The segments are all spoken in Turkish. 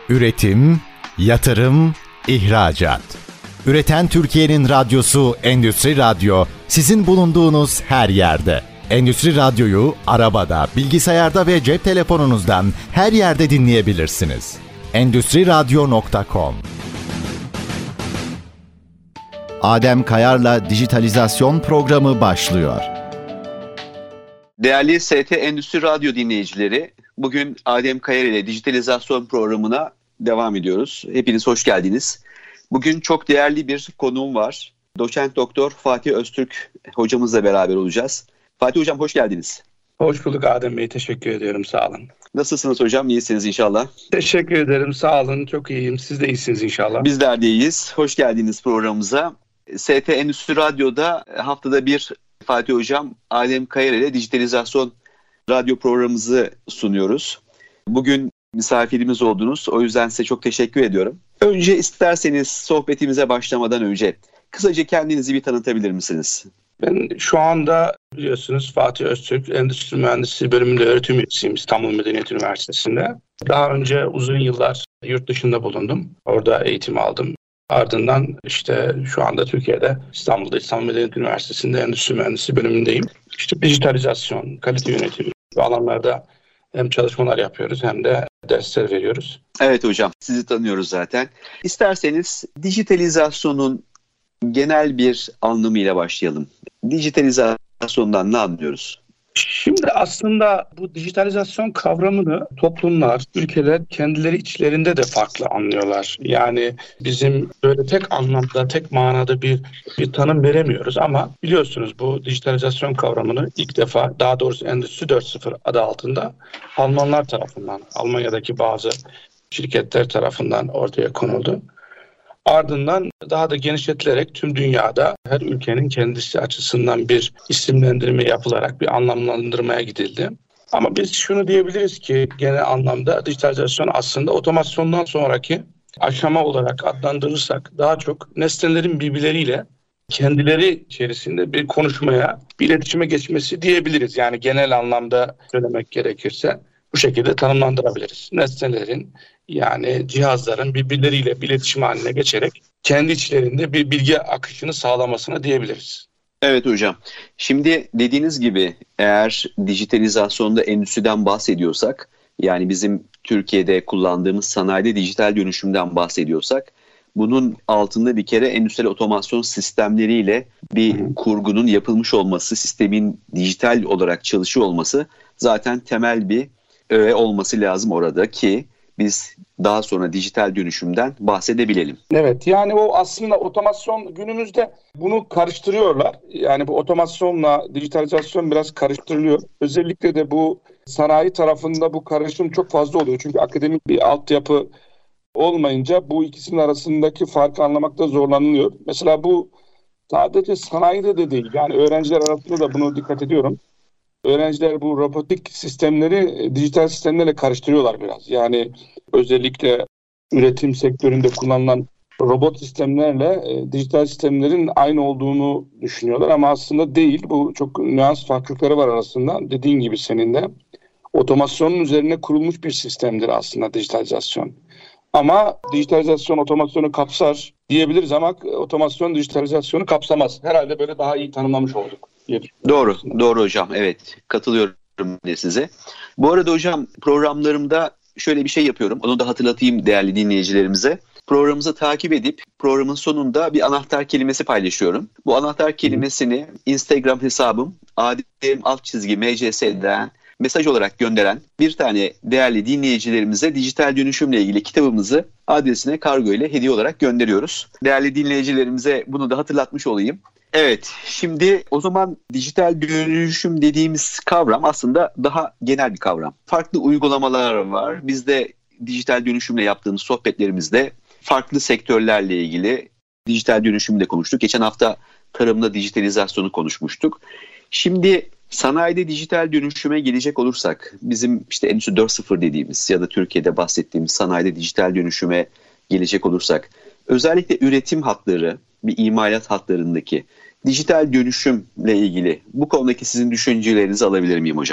Üretim, yatırım, ihracat. Üreten Türkiye'nin radyosu Endüstri Radyo, sizin bulunduğunuz her yerde. Endüstri Radyo'yu arabada, bilgisayarda ve cep telefonunuzdan her yerde dinleyebilirsiniz. Endüstriradyo.com. Adem Kayar'la Dijitalizasyon Programı başlıyor. Değerli ST Endüstri Radyo dinleyicileri, bugün Adem Kayar ile Dijitalizasyon Programı'na devam ediyoruz. Hepiniz hoş geldiniz. Bugün çok değerli bir konuğum var. Doçent Doktor Fatih Öztürk hocamızla beraber olacağız. Fatih Hocam hoş geldiniz. Hoş bulduk Adem Bey, teşekkür ediyorum, sağ olun. Nasılsınız hocam, iyisiniz inşallah? Teşekkür ederim, sağ olun, çok iyiyim. Siz de iyisiniz inşallah. Bizler de iyiyiz. Hoş geldiniz programımıza. ST Endüstri Radyo'da haftada bir Fatih Hocam, Adem Kayar ile Dijitalizasyon Radyo programımızı sunuyoruz. Bugün misafirimiz oldunuz. O yüzden size çok teşekkür ediyorum. Önce isterseniz sohbetimize başlamadan önce kısaca kendinizi bir tanıtabilir misiniz? Ben şu anda biliyorsunuz Fatih Öztürk, Endüstri Mühendisliği bölümünde öğretim üyesiyim İstanbul Medeniyet Üniversitesi'nde. Daha önce uzun yıllar yurt dışında bulundum. Orada eğitim aldım. Ardından şu anda Türkiye'de İstanbul Medeniyet Üniversitesi'nde Endüstri Mühendisliği bölümündeyim. Dijitalizasyon, kalite yönetimi bu alanlarda hem çalışmalar yapıyoruz hem de dersler veriyoruz. Evet hocam, sizi tanıyoruz zaten. İsterseniz dijitalizasyonun genel bir anlamıyla başlayalım. Dijitalizasyondan ne anlıyoruz? Şimdi aslında bu dijitalizasyon kavramını toplumlar, ülkeler kendileri içlerinde de farklı anlıyorlar. Yani bizim böyle tek anlamda, tek manada bir tanım veremiyoruz ama biliyorsunuz bu dijitalizasyon kavramını ilk defa, daha doğrusu Endüstri 4.0 adı altında Almanlar tarafından, Almanya'daki bazı şirketler tarafından ortaya konuldu. Ardından daha da genişletilerek tüm dünyada her ülkenin kendisi açısından bir isimlendirme yapılarak bir anlamlandırmaya gidildi. Ama biz şunu diyebiliriz ki genel anlamda dijitalizasyon aslında otomasyondan sonraki aşama olarak adlandırırsak daha çok nesnelerin birbirleriyle kendileri içerisinde bir konuşmaya, bir iletişime geçmesi diyebiliriz. Yani genel anlamda söylemek gerekirse bu şekilde tanımlandırabiliriz. Nesnelerin, yani cihazların birbirleriyle bir iletişim haline geçerek kendi içlerinde bir bilgi akışını sağlamasına diyebiliriz. Evet hocam. Şimdi dediğiniz gibi eğer dijitalizasyonda endüstriden bahsediyorsak, yani bizim Türkiye'de kullandığımız sanayide dijital dönüşümden bahsediyorsak, bunun altında bir kere endüstriyel otomasyon sistemleriyle bir kurgunun yapılmış olması, sistemin dijital olarak çalışıyor olması zaten temel bir öğe olması lazım orada ki biz daha sonra dijital dönüşümden bahsedebilelim. Evet, yani o aslında otomasyon günümüzde bunu karıştırıyorlar. Yani bu otomasyonla dijitalizasyon biraz karıştırılıyor. Özellikle de bu sanayi tarafında bu karışım çok fazla oluyor. Çünkü akademik bir altyapı olmayınca bu ikisinin arasındaki farkı anlamakta zorlanılıyor. Mesela bu sadece sanayide de değil. Yani öğrenciler arasında da bunu dikkat ediyorum. Öğrenciler bu robotik sistemleri dijital sistemlerle karıştırıyorlar biraz. Yani özellikle üretim sektöründe kullanılan robot sistemlerle dijital sistemlerin aynı olduğunu düşünüyorlar ama aslında değil. Bu çok nüans farklılıkları var arasında. Dediğin gibi senin de otomasyonun üzerine kurulmuş bir sistemdir aslında dijitalizasyon. Ama dijitalizasyon otomasyonu kapsar diyebiliriz ama otomasyon dijitalizasyonu kapsamaz. Herhalde böyle daha iyi tanımlamış olduk. Doğru hocam. Evet, katılıyorum size. Bu arada hocam programlarımda şöyle bir şey yapıyorum. Onu da hatırlatayım değerli dinleyicilerimize. Programımızı takip edip programın sonunda bir anahtar kelimesi paylaşıyorum. Bu anahtar kelimesini Instagram hesabım adem_mcs'den mesaj olarak gönderen bir tane değerli dinleyicilerimize dijital dönüşümle ilgili kitabımızı adresine kargo ile hediye olarak gönderiyoruz. Değerli dinleyicilerimize bunu da hatırlatmış olayım. Evet, şimdi o zaman dijital dönüşüm dediğimiz kavram aslında daha genel bir kavram. Farklı uygulamalar var. Biz de dijital dönüşümle yaptığımız sohbetlerimizde farklı sektörlerle ilgili dijital dönüşümü de konuştuk. Geçen hafta tarımda dijitalizasyonu konuşmuştuk. Şimdi sanayide dijital dönüşüme gelecek olursak, bizim Endüstri 4.0 dediğimiz ya da Türkiye'de bahsettiğimiz sanayide dijital dönüşüme gelecek olursak, özellikle üretim hatları, bir imalat hatlarındaki dijital dönüşümle ilgili bu konudaki sizin düşüncelerinizi alabilir miyim hocam?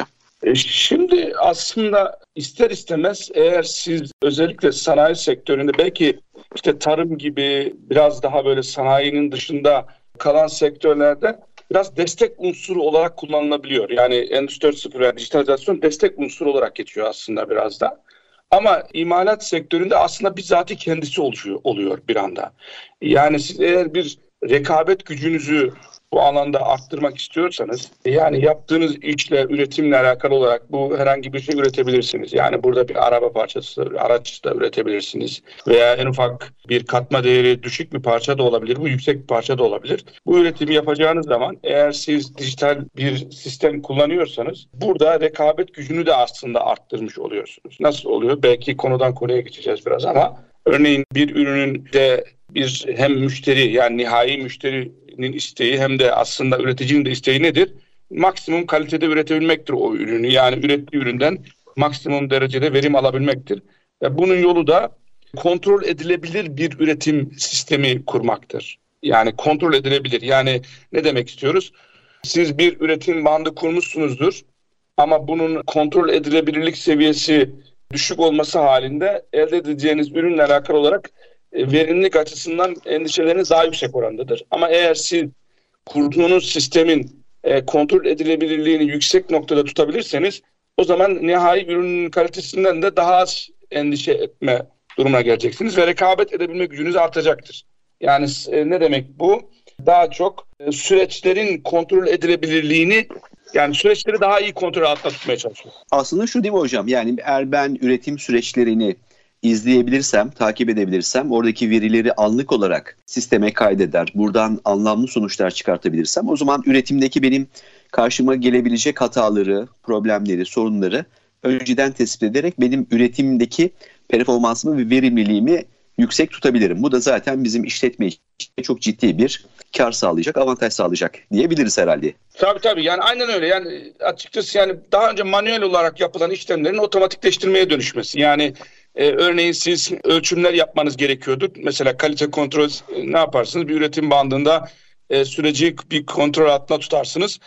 Şimdi aslında ister istemez eğer siz özellikle sanayi sektöründe belki işte tarım gibi biraz daha böyle sanayinin dışında kalan sektörlerde biraz destek unsuru olarak kullanılabiliyor. Yani Endüstri 4.0 yani dijitalizasyon destek unsuru olarak geçiyor aslında biraz da. Ama imalat sektöründe aslında bizzati kendisi oluyor bir anda. Yani siz eğer bir rekabet gücünüzü bu alanda arttırmak istiyorsanız yani yaptığınız işle, üretimle alakalı olarak bu herhangi bir şey üretebilirsiniz. Yani burada bir araba parçası, araç da üretebilirsiniz veya en ufak bir katma değeri düşük bir parça da olabilir, bu yüksek bir parça da olabilir. Bu üretimi yapacağınız zaman eğer siz dijital bir sistem kullanıyorsanız burada rekabet gücünü de aslında arttırmış oluyorsunuz. Nasıl oluyor? Belki konudan konuya geçeceğiz biraz ama örneğin bir ürünün de bir hem müşteri yani nihai müşterinin isteği hem de aslında üreticinin de isteği nedir? Maksimum kalitede üretebilmektir o ürünü. Yani ürettiği üründen maksimum derecede verim alabilmektir. Bunun yolu da kontrol edilebilir bir üretim sistemi kurmaktır. Yani kontrol edilebilir. Yani ne demek istiyoruz? Siz bir üretim bandı kurmuşsunuzdur ama bunun kontrol edilebilirlik seviyesi düşük olması halinde elde edeceğiniz ürünle alakalı olarak verimlilik açısından endişeleriniz daha yüksek orandadır. Ama eğer siz kurduğunuz sistemin kontrol edilebilirliğini yüksek noktada tutabilirseniz o zaman nihai ürünün kalitesinden de daha az endişe etme durumuna geleceksiniz ve rekabet edebilme gücünüz artacaktır. Yani ne demek bu? Daha çok süreçlerin kontrol edilebilirliğini yani süreçleri daha iyi kontrol altında tutmaya çalışıyor. Aslında şu değil mi hocam? Yani eğer ben üretim süreçlerini izleyebilirsem, takip edebilirsem, oradaki verileri anlık olarak sisteme kaydeder, buradan anlamlı sonuçlar çıkartabilirsem o zaman üretimdeki benim karşıma gelebilecek hataları, problemleri, sorunları önceden tespit ederek benim üretimdeki performansımı ve verimliliğimi yüksek tutabilirim. Bu da zaten bizim işletme için çok ciddi bir kar sağlayacak, avantaj sağlayacak diyebiliriz herhalde. Tabii yani aynen öyle. Yani açıkçası yani daha önce manuel olarak yapılan işlemlerin otomatikleştirmeye dönüşmesi. Yani örneğin siz ölçümler yapmanız gerekiyordu. Mesela kalite kontrol ne yaparsınız? Bir üretim bandında süreci bir kontrol altında tutarsınız.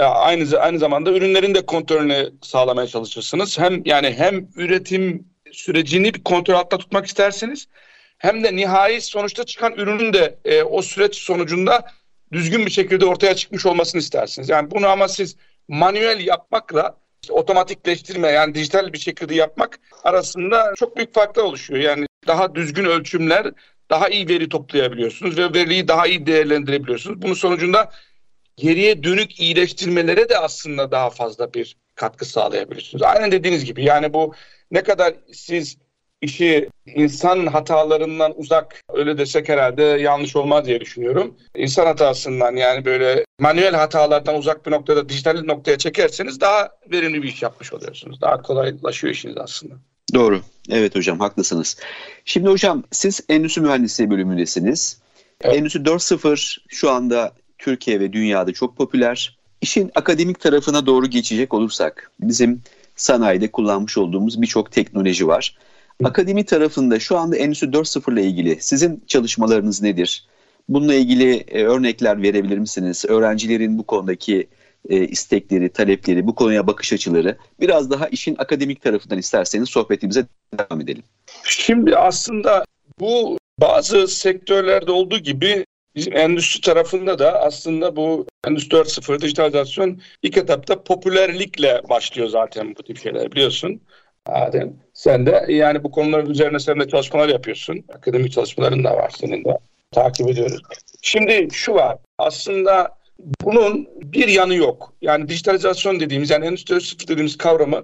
Aynı zamanda ürünlerin de kontrolünü sağlamaya çalışırsınız. Hem üretim sürecini bir kontrol altında tutmak istersiniz. Hem de nihai sonuçta çıkan ürünün de o süreç sonucunda düzgün bir şekilde ortaya çıkmış olmasını istersiniz. Yani bunu ama siz manuel yapmakla otomatikleştirme yani dijital bir şekilde yapmak arasında çok büyük farklar oluşuyor. Yani daha düzgün ölçümler, daha iyi veri toplayabiliyorsunuz ve veriyi daha iyi değerlendirebiliyorsunuz. Bunun sonucunda geriye dönük iyileştirmelere de aslında daha fazla bir katkı sağlayabiliyorsunuz. Aynen dediğiniz gibi yani bu ne kadar siz işi insan hatalarından uzak öyle desek herhalde yanlış olmaz diye düşünüyorum. İnsan hatasından yani böyle manuel hatalardan uzak bir noktada dijital noktaya çekerseniz daha verimli bir iş yapmış oluyorsunuz. Daha kolaylaşıyor işiniz aslında. Doğru. Evet hocam haklısınız. Şimdi hocam siz endüstri mühendisliği bölümündesiniz. Evet. Endüstri 4.0 şu anda Türkiye ve dünyada çok popüler. İşin akademik tarafına doğru geçecek olursak bizim sanayide kullanmış olduğumuz birçok teknoloji var. Akademi tarafında şu anda Endüstri 4.0 ile ilgili sizin çalışmalarınız nedir? Bununla ilgili örnekler verebilir misiniz? Öğrencilerin bu konudaki istekleri, talepleri, bu konuya bakış açıları. Biraz daha işin akademik tarafından isterseniz sohbetimize devam edelim. Şimdi aslında bu bazı sektörlerde olduğu gibi bizim endüstri tarafında da aslında bu Endüstri 4.0 dijitalizasyon ilk etapta popülerlikle başlıyor zaten bu tip şeyler biliyorsun. Adem, sen de yani bu konuların üzerine sen de çalışmalar yapıyorsun. Akademik çalışmaların da var senin de. Takip ediyoruz. Şimdi şu var. Aslında bunun bir yanı yok. Yani dijitalizasyon dediğimiz yani Endüstri 4.0 dediğimiz kavramı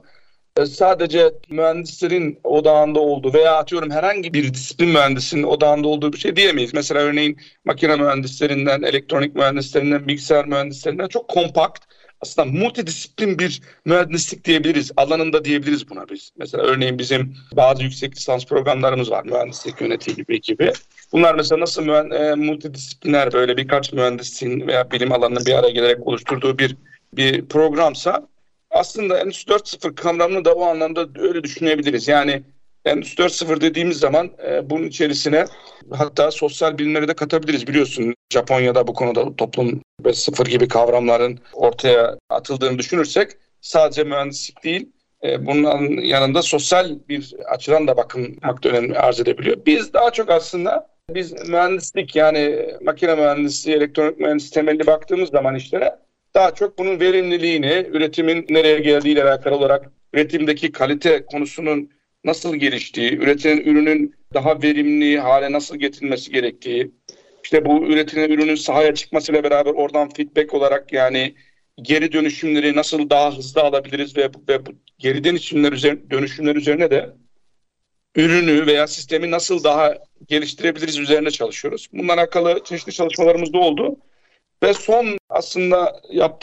sadece mühendislerin odağında olduğu veya atıyorum herhangi bir disiplin mühendisinin odağında olduğu bir şey diyemeyiz. Mesela örneğin makine mühendislerinden, elektronik mühendislerinden, bilgisayar mühendislerinden çok kompakt. Aslında multidisiplin bir mühendislik diyebiliriz. Alanında diyebiliriz buna biz. Mesela örneğin bizim bazı yüksek lisans programlarımız var. Mühendislik yönetimi gibi. Bunlar mesela nasıl multidisipliner böyle birkaç mühendisliğin veya bilim alanının bir araya gelerek oluşturduğu bir programsa aslında Endüstri 4.0 kavramını da o anlamda öyle düşünebiliriz. Yani Endüstri 4.0 dediğimiz zaman bunun içerisine hatta sosyal bilimleri de katabiliriz. Biliyorsun Japonya'da bu konuda toplum 5.0 gibi kavramların ortaya atıldığını düşünürsek sadece mühendislik değil, bunun yanında sosyal bir açıdan da bakılmak da önemli arz edebiliyor. Biz daha çok aslında mühendislik, yani makine mühendisliği, elektronik mühendisliği temelli baktığımız zaman işlere daha çok bunun verimliliğini, üretimin nereye geldiğiyle alakalı olarak üretimdeki kalite konusunun nasıl geliştiği, üretilen ürünün daha verimli hale nasıl getirilmesi gerektiği, işte bu üretilen ürünün sahaya çıkmasıyla beraber oradan feedback olarak yani geri dönüşümleri nasıl daha hızlı alabiliriz ve bu geri dönüşümler üzerine de ürünü veya sistemi nasıl daha geliştirebiliriz üzerine çalışıyoruz. Bununla alakalı çeşitli çalışmalarımız da oldu. Ve son aslında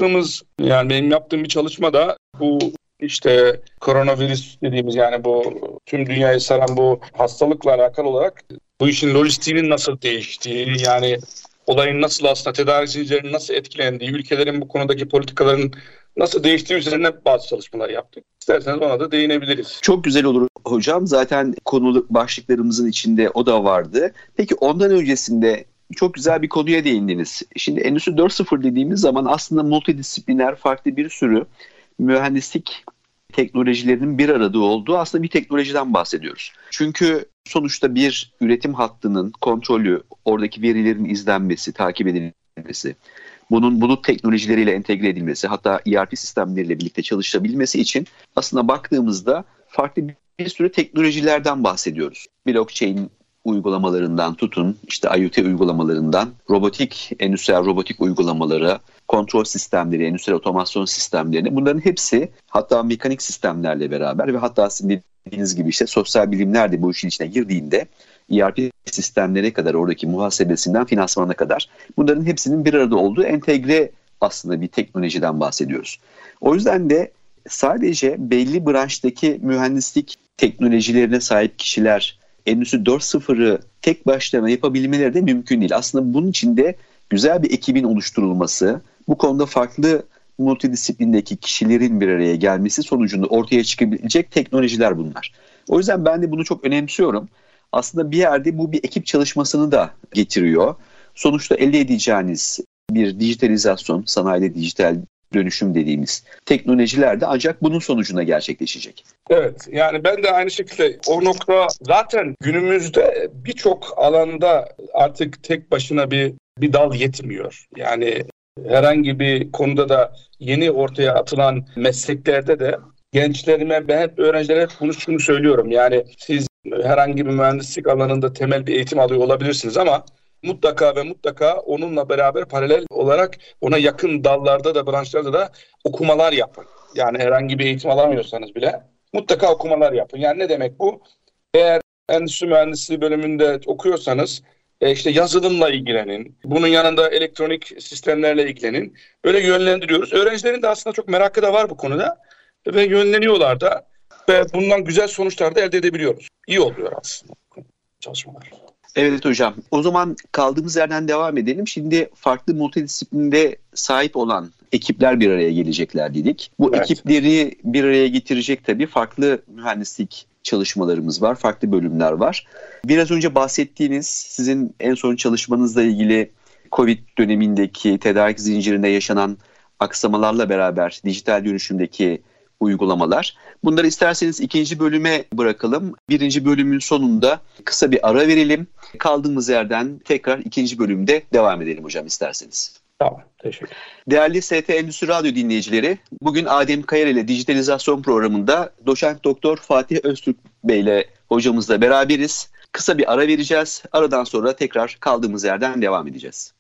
yani benim yaptığım bir çalışma da bu işte koronavirüs dediğimiz, yani bu tüm dünyayı saran bu hastalıkla alakalı olarak bu işin lojistiğinin nasıl değiştiği, yani olayın nasıl aslında tedarik zincirlerinin nasıl etkilendiği, ülkelerin bu konudaki politikaların nasıl değiştiği üzerine bazı çalışmalar yaptık. İsterseniz ona da değinebiliriz. Çok güzel olur hocam. Zaten konu başlıklarımızın içinde o da vardı. Peki ondan öncesinde çok güzel bir konuya değindiniz. Şimdi Endüstri 4.0 dediğimiz zaman aslında multidisipliner, farklı bir sürü mühendislik teknolojilerinin bir arada olduğu aslında bir teknolojiden bahsediyoruz. Çünkü sonuçta bir üretim hattının kontrolü, oradaki verilerin izlenmesi, takip edilmesi, bunun bulut teknolojileriyle entegre edilmesi, hatta ERP sistemleriyle birlikte çalışabilmesi için aslında baktığımızda farklı bir sürü teknolojilerden bahsediyoruz. Blockchain uygulamalarından tutun, işte IoT uygulamalarından, endüstriyel robotik uygulamaları, kontrol sistemleri, endüstriyel otomasyon sistemlerini, bunların hepsi hatta mekanik sistemlerle beraber ve hatta sizin dediğiniz gibi işte sosyal bilimler de bu işin içine girdiğinde ERP sistemlere kadar, oradaki muhasebesinden finansmana kadar bunların hepsinin bir arada olduğu entegre aslında bir teknolojiden bahsediyoruz. O yüzden de sadece belli branştaki mühendislik teknolojilerine sahip kişiler Endüstri 4.0'ı tek başlarına yapabilmeleri de mümkün değil. Aslında bunun için de güzel bir ekibin oluşturulması, bu konuda farklı multidisiplindeki kişilerin bir araya gelmesi sonucunda ortaya çıkabilecek teknolojiler bunlar. O yüzden ben de bunu çok önemsiyorum. Aslında bir yerde bu bir ekip çalışmasını da getiriyor. Sonuçta elde edeceğiniz bir dijitalizasyon, sanayide dijital dönüşüm dediğimiz teknolojiler de ancak bunun sonucunda gerçekleşecek. Evet, yani ben de aynı şekilde o nokta, zaten günümüzde birçok alanda artık tek başına bir dal yetmiyor. Yani herhangi bir konuda da yeni ortaya atılan mesleklerde de gençlerime, ben hep öğrencilere şunu söylüyorum. Yani siz herhangi bir mühendislik alanında temel bir eğitim alıyor olabilirsiniz ama mutlaka ve mutlaka onunla beraber paralel olarak ona yakın dallarda da, branşlarda da okumalar yapın. Yani herhangi bir eğitim alamıyorsanız bile mutlaka okumalar yapın. Yani ne demek bu? Eğer endüstri mühendisliği bölümünde okuyorsanız işte yazılımla ilgilenin. Bunun yanında elektronik sistemlerle ilgilenin. Böyle yönlendiriyoruz. Öğrencilerin de aslında çok merakı da var bu konuda. Ve yönleniyorlar da. Ve bundan güzel sonuçlar da elde edebiliyoruz. İyi oluyor aslında çalışmalar. Evet hocam. O zaman kaldığımız yerden devam edelim. Şimdi farklı multidisiplinde sahip olan ekipler bir araya gelecekler dedik. Bu ekipleri bir araya getirecek tabii farklı mühendislik çalışmalarımız var, farklı bölümler var. Biraz önce bahsettiğiniz sizin en son çalışmanızla ilgili Covid dönemindeki tedarik zincirinde yaşanan aksamalarla beraber dijital dönüşümdeki uygulamalar. Bunları isterseniz ikinci bölüme bırakalım. Birinci bölümün sonunda kısa bir ara verelim. Kaldığımız yerden tekrar ikinci bölümde devam edelim hocam isterseniz. Tamam, teşekkür ederim. Değerli ST Endüstri Radyo dinleyicileri, bugün Adem Kayar ile Dijitalizasyon programında Doçent Doktor Fatih Öztürk Bey ile hocamızla beraberiz. Kısa bir ara vereceğiz. Aradan sonra tekrar kaldığımız yerden devam edeceğiz.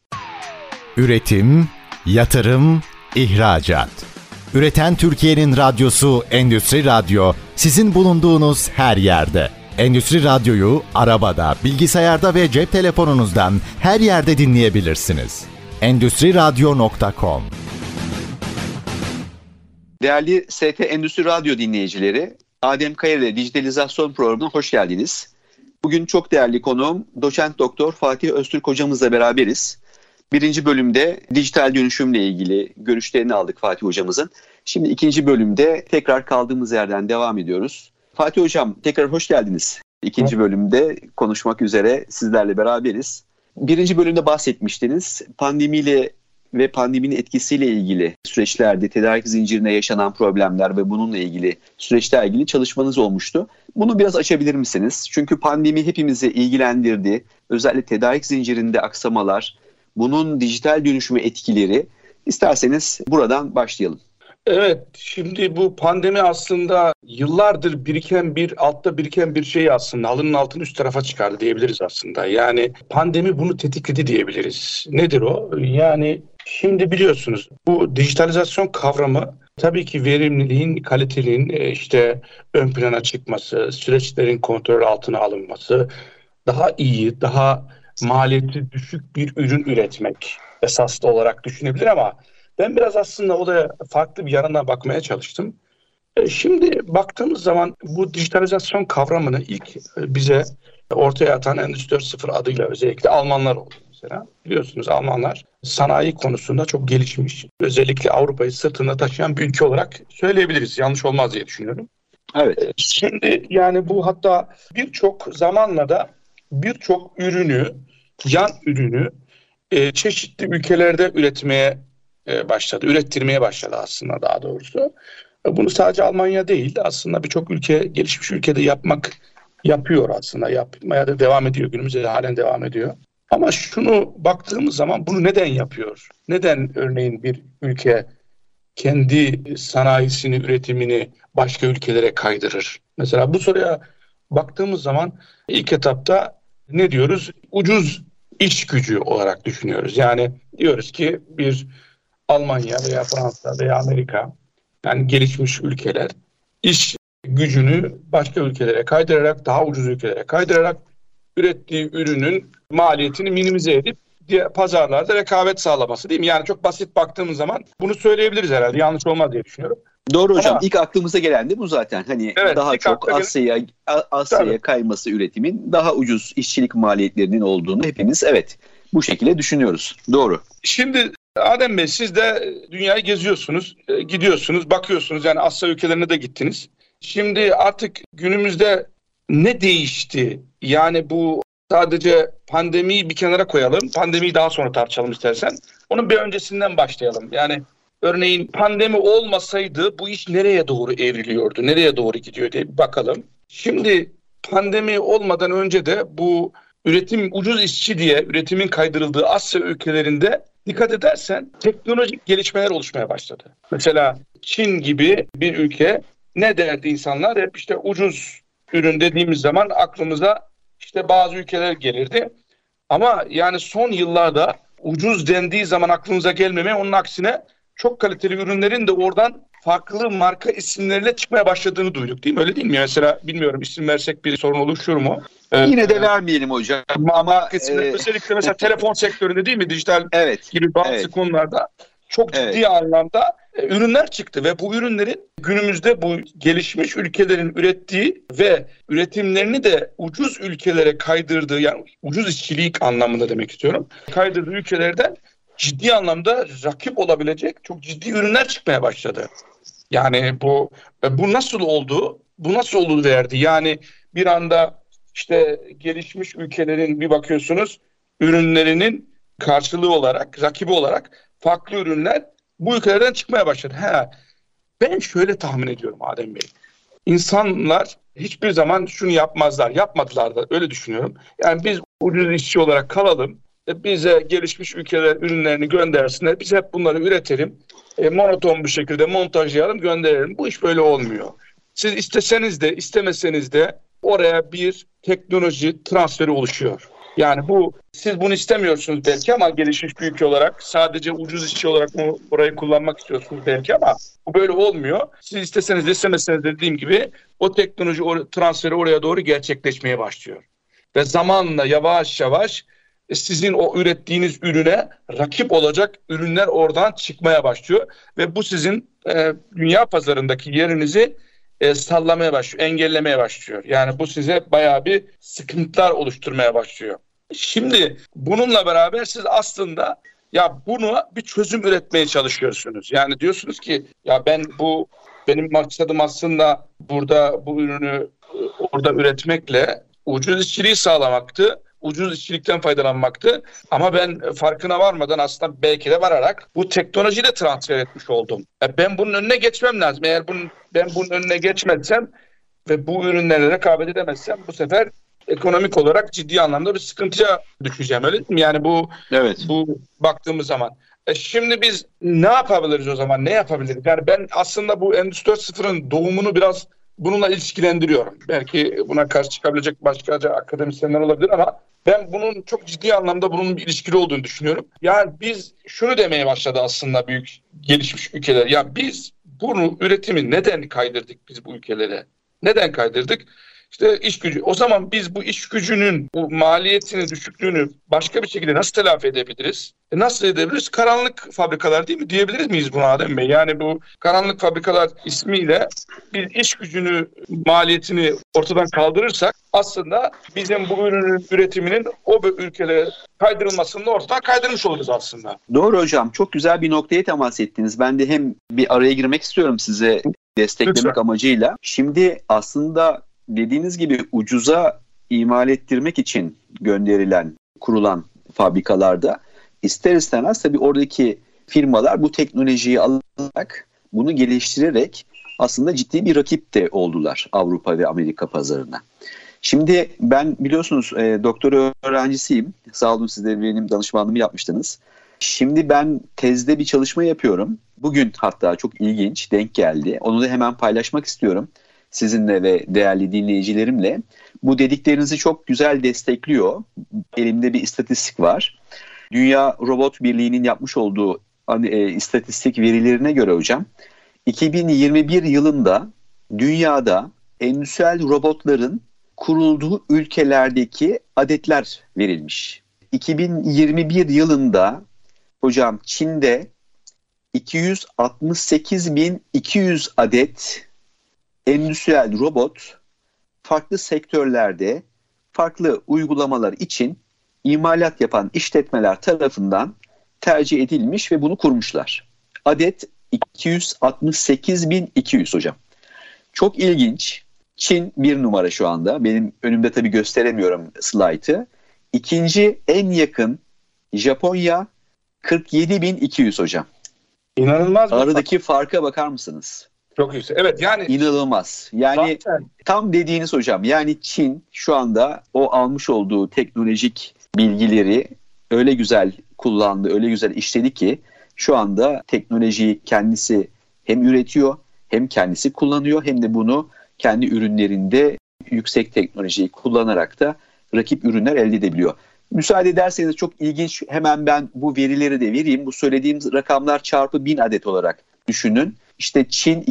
Üretim, yatırım, ihracat. Üreten Türkiye'nin radyosu Endüstri Radyo, sizin bulunduğunuz her yerde. Endüstri Radyo'yu arabada, bilgisayarda ve cep telefonunuzdan her yerde dinleyebilirsiniz. Endüstriradyo.com. Değerli ST Endüstri Radyo dinleyicileri, Adem Kayar ile Dijitalizasyon programına hoş geldiniz. Bugün çok değerli konuğum Doçent Doktor Fatih Öztürk hocamızla beraberiz. Birinci bölümde dijital dönüşümle ilgili görüşlerini aldık Fatih hocamızın. Şimdi ikinci bölümde tekrar kaldığımız yerden devam ediyoruz. Fatih hocam tekrar hoş geldiniz. İkinci bölümde konuşmak üzere sizlerle beraberiz. Birinci bölümde bahsetmiştiniz. Pandemiyle ve pandeminin etkisiyle ilgili süreçlerde tedarik zincirine yaşanan problemler ve bununla ilgili süreçlerle ilgili çalışmanız olmuştu. Bunu biraz açabilir misiniz? Çünkü pandemi hepimizi ilgilendirdi. Özellikle tedarik zincirinde aksamalar, bunun dijital dönüşüme etkileri. İsterseniz buradan başlayalım. Evet, şimdi bu pandemi aslında yıllardır altta biriken bir şey aslında halının altını üst tarafa çıkardı diyebiliriz aslında. Yani pandemi bunu tetikledi diyebiliriz. Nedir o? Yani şimdi biliyorsunuz bu dijitalizasyon kavramı tabii ki verimliliğin, kalitenin ön plana çıkması, süreçlerin kontrol altına alınması, daha iyi, daha maliyeti düşük bir ürün üretmek esaslı olarak düşünebilir ama ben biraz aslında olaya farklı bir yanından bakmaya çalıştım. Şimdi baktığımız zaman bu dijitalizasyon kavramını ilk bize ortaya atan Endüstri 4.0 adıyla özellikle Almanlar oldu mesela. Biliyorsunuz Almanlar sanayi konusunda çok gelişmiş. Özellikle Avrupa'yı sırtında taşıyan bir ülke olarak söyleyebiliriz. Yanlış olmaz diye düşünüyorum. Evet. Şimdi yani bu hatta birçok zamanla da birçok yan ürünü çeşitli ülkelerde ürettirmeye başladı aslında daha doğrusu. Bunu sadece Almanya değil aslında birçok gelişmiş ülkede yapıyor aslında. Yapmaya da devam ediyor. Günümüzde de halen devam ediyor. Ama şunu baktığımız zaman bunu neden yapıyor? Neden örneğin bir ülke kendi sanayisini, üretimini başka ülkelere kaydırır? Mesela bu soruya baktığımız zaman ilk etapta ne diyoruz? Ucuz iş gücü olarak düşünüyoruz. Yani diyoruz ki bir Almanya veya Fransa veya Amerika, yani gelişmiş ülkeler iş gücünü başka ülkelere kaydırarak, daha ucuz ülkelere kaydırarak ürettiği ürünün maliyetini minimize edip pazarlarda rekabet sağlaması, değil mi? Yani çok basit baktığımız zaman bunu söyleyebiliriz herhalde. Yanlış olmaz diye düşünüyorum. Doğru hocam. İlk aklımıza gelen de bu zaten. Evet, daha çok Asya'ya kayması üretimin daha ucuz işçilik maliyetlerinin olduğunu hepimiz bu şekilde düşünüyoruz. Doğru. Şimdi Adem Bey, siz de dünyayı geziyorsunuz, gidiyorsunuz, bakıyorsunuz. Yani Asya ülkelerine de gittiniz. Şimdi artık günümüzde ne değişti? Yani bu sadece pandemiyi bir kenara koyalım. Pandemiyi daha sonra tartışalım istersen. Onun bir öncesinden başlayalım. Yani örneğin pandemi olmasaydı bu iş nereye doğru evriliyordu? Nereye doğru gidiyor diye bir bakalım. Şimdi pandemi olmadan önce de bu ucuz işçi diye üretimin kaydırıldığı Asya ülkelerinde dikkat edersen teknolojik gelişmeler oluşmaya başladı. Mesela Çin gibi bir ülke, ne derdi insanlar? Hep ucuz ürün dediğimiz zaman aklımıza bazı ülkeler gelirdi. Ama yani son yıllarda ucuz dendiği zaman aklımıza gelmemeye, onun aksine çok kaliteli ürünlerin de oradan farklı marka isimleriyle çıkmaya başladığını duyduk, değil mi? Öyle değil mi? Mesela bilmiyorum, isim versek bir sorun oluşur mu? Yine de vermeyelim hocam. Ama özellikle mesela telefon sektöründe, değil mi? Dijital gibi bazı konularda çok ciddi anlamda ürünler çıktı ve bu ürünlerin günümüzde bu gelişmiş ülkelerin ürettiği ve üretimlerini de ucuz ülkelere kaydırdığı, yani ucuz işçilik anlamında demek istiyorum, kaydırdığı ülkelerden ciddi anlamda rakip olabilecek çok ciddi ürünler çıkmaya başladı. Yani bu nasıl oldu? Bu nasıl oldu derdi. Yani bir anda gelişmiş ülkelerin bir bakıyorsunuz ürünlerinin karşılığı olarak, rakibi olarak farklı ürünler bu ülkelerden çıkmaya başladı. Ben şöyle tahmin ediyorum Adem Bey. İnsanlar hiçbir zaman şunu yapmazlar. Yapmadılar da, öyle düşünüyorum. Yani biz ucuz işçi olarak kalalım. Bize gelişmiş ülkeler ürünlerini göndersinler. Biz hep bunları üretelim. Monoton bir şekilde montajlayalım, gönderelim. Bu iş böyle olmuyor. Siz isteseniz de istemeseniz de oraya bir teknoloji transferi oluşuyor. Yani siz bunu istemiyorsunuz belki ama gelişmiş bir ülke olarak sadece ucuz işçi olarak orayı kullanmak istiyorsunuz belki ama bu böyle olmuyor. Siz isteseniz de istemeseniz de, dediğim gibi, o teknoloji transferi oraya doğru gerçekleşmeye başlıyor. Ve zamanla yavaş yavaş sizin o ürettiğiniz ürüne rakip olacak ürünler oradan çıkmaya başlıyor. Ve bu sizin dünya pazarındaki yerinizi sallamaya başlıyor, engellemeye başlıyor. Yani bu size bayağı bir sıkıntılar oluşturmaya başlıyor. Şimdi bununla beraber siz aslında bunu bir çözüm üretmeye çalışıyorsunuz. Yani diyorsunuz ki benim maksadım aslında burada bu ürünü orada üretmekle ucuz işçiliği sağlamaktı. ucuz işçilikten faydalanmaktı. Ama ben farkına varmadan aslında belki de vararak bu teknolojiyi de transfer etmiş oldum. Ben bunun önüne geçmem lazım. Eğer ben bunun önüne geçmezsem ve bu ürünlerle rekabet edemezsem bu sefer ekonomik olarak ciddi anlamda bir sıkıntıya düşeceğim, öyle değil mi? Yani bu baktığımız zaman. Şimdi biz ne yapabiliriz o zaman? Ne yapabiliriz? Yani ben aslında bu Endüstri 4.0'ın doğumunu biraz bununla ilişkilendiriyorum. Belki buna karşı çıkabilecek başka akademisyenler olabilir ama ben bunun çok ciddi anlamda bunun bir ilişkili olduğunu düşünüyorum. Yani biz şunu demeye başladı aslında büyük gelişmiş ülkeler. Ya biz bunu üretimi neden kaydırdık biz bu ülkelere? Neden kaydırdık? İşte iş gücü. O zaman biz bu iş gücünün bu maliyetini, düşüklüğünü başka bir şekilde nasıl telafi edebiliriz? Nasıl edebiliriz? Karanlık fabrikalar değil mi? Diyebilir miyiz buna Adem Bey? Yani bu karanlık fabrikalar ismiyle bir iş gücünü maliyetini ortadan kaldırırsak aslında bizim bu ürünün üretiminin o ülkelere kaydırılmasını ortadan kaydırmış oluruz aslında. Doğru hocam. Çok güzel bir noktaya temas ettiniz. Ben de hem bir araya girmek istiyorum size desteklemek Lütfen. amacıyla. Şimdi aslında dediğiniz gibi ucuza imal ettirmek için kurulan fabrikalarda ister istemez tabii oradaki firmalar bu teknolojiyi alarak, bunu geliştirerek aslında ciddi bir rakip de oldular Avrupa ve Amerika pazarına. Şimdi ben biliyorsunuz doktora öğrencisiyim. Sağ olun, siz de benim danışmanlığımı yapmıştınız. Şimdi ben tezde bir çalışma yapıyorum. Bugün hatta çok ilginç denk geldi. Onu da hemen paylaşmak istiyorum sizinle ve değerli dinleyicilerimle. Bu dediklerinizi çok güzel destekliyor. Elimde bir istatistik var. Dünya Robot Birliği'nin yapmış olduğu istatistik verilerine göre hocam, 2021 yılında dünyada endüstriyel robotların kurulduğu ülkelerdeki adetler verilmiş. 2021 yılında hocam Çin'de 268.200 adet endüstriyel robot farklı sektörlerde farklı uygulamalar için imalat yapan işletmeler tarafından tercih edilmiş ve bunu kurmuşlar. Adet 268.200 hocam. Çok ilginç. Çin bir numara şu anda. Benim önümde tabii gösteremiyorum slaytı. İkinci en yakın Japonya 47.200 hocam. İnanılmaz. Aradaki farka bakar mısınız? Çok yüksek. Evet yani. İnanılmaz. Yani zaten tam dediğiniz hocam. Yani Çin şu anda o almış olduğu teknolojik bilgileri öyle güzel kullandı, öyle güzel işledi ki şu anda teknolojiyi kendisi hem üretiyor, hem kendisi kullanıyor, hem de bunu kendi ürünlerinde yüksek teknolojiyi kullanarak da rakip ürünler elde edebiliyor. Müsaade ederseniz çok ilginç, hemen ben bu verileri de vereyim. Bu söylediğim rakamlar çarpı 1000 adet olarak düşünün. İşte Çin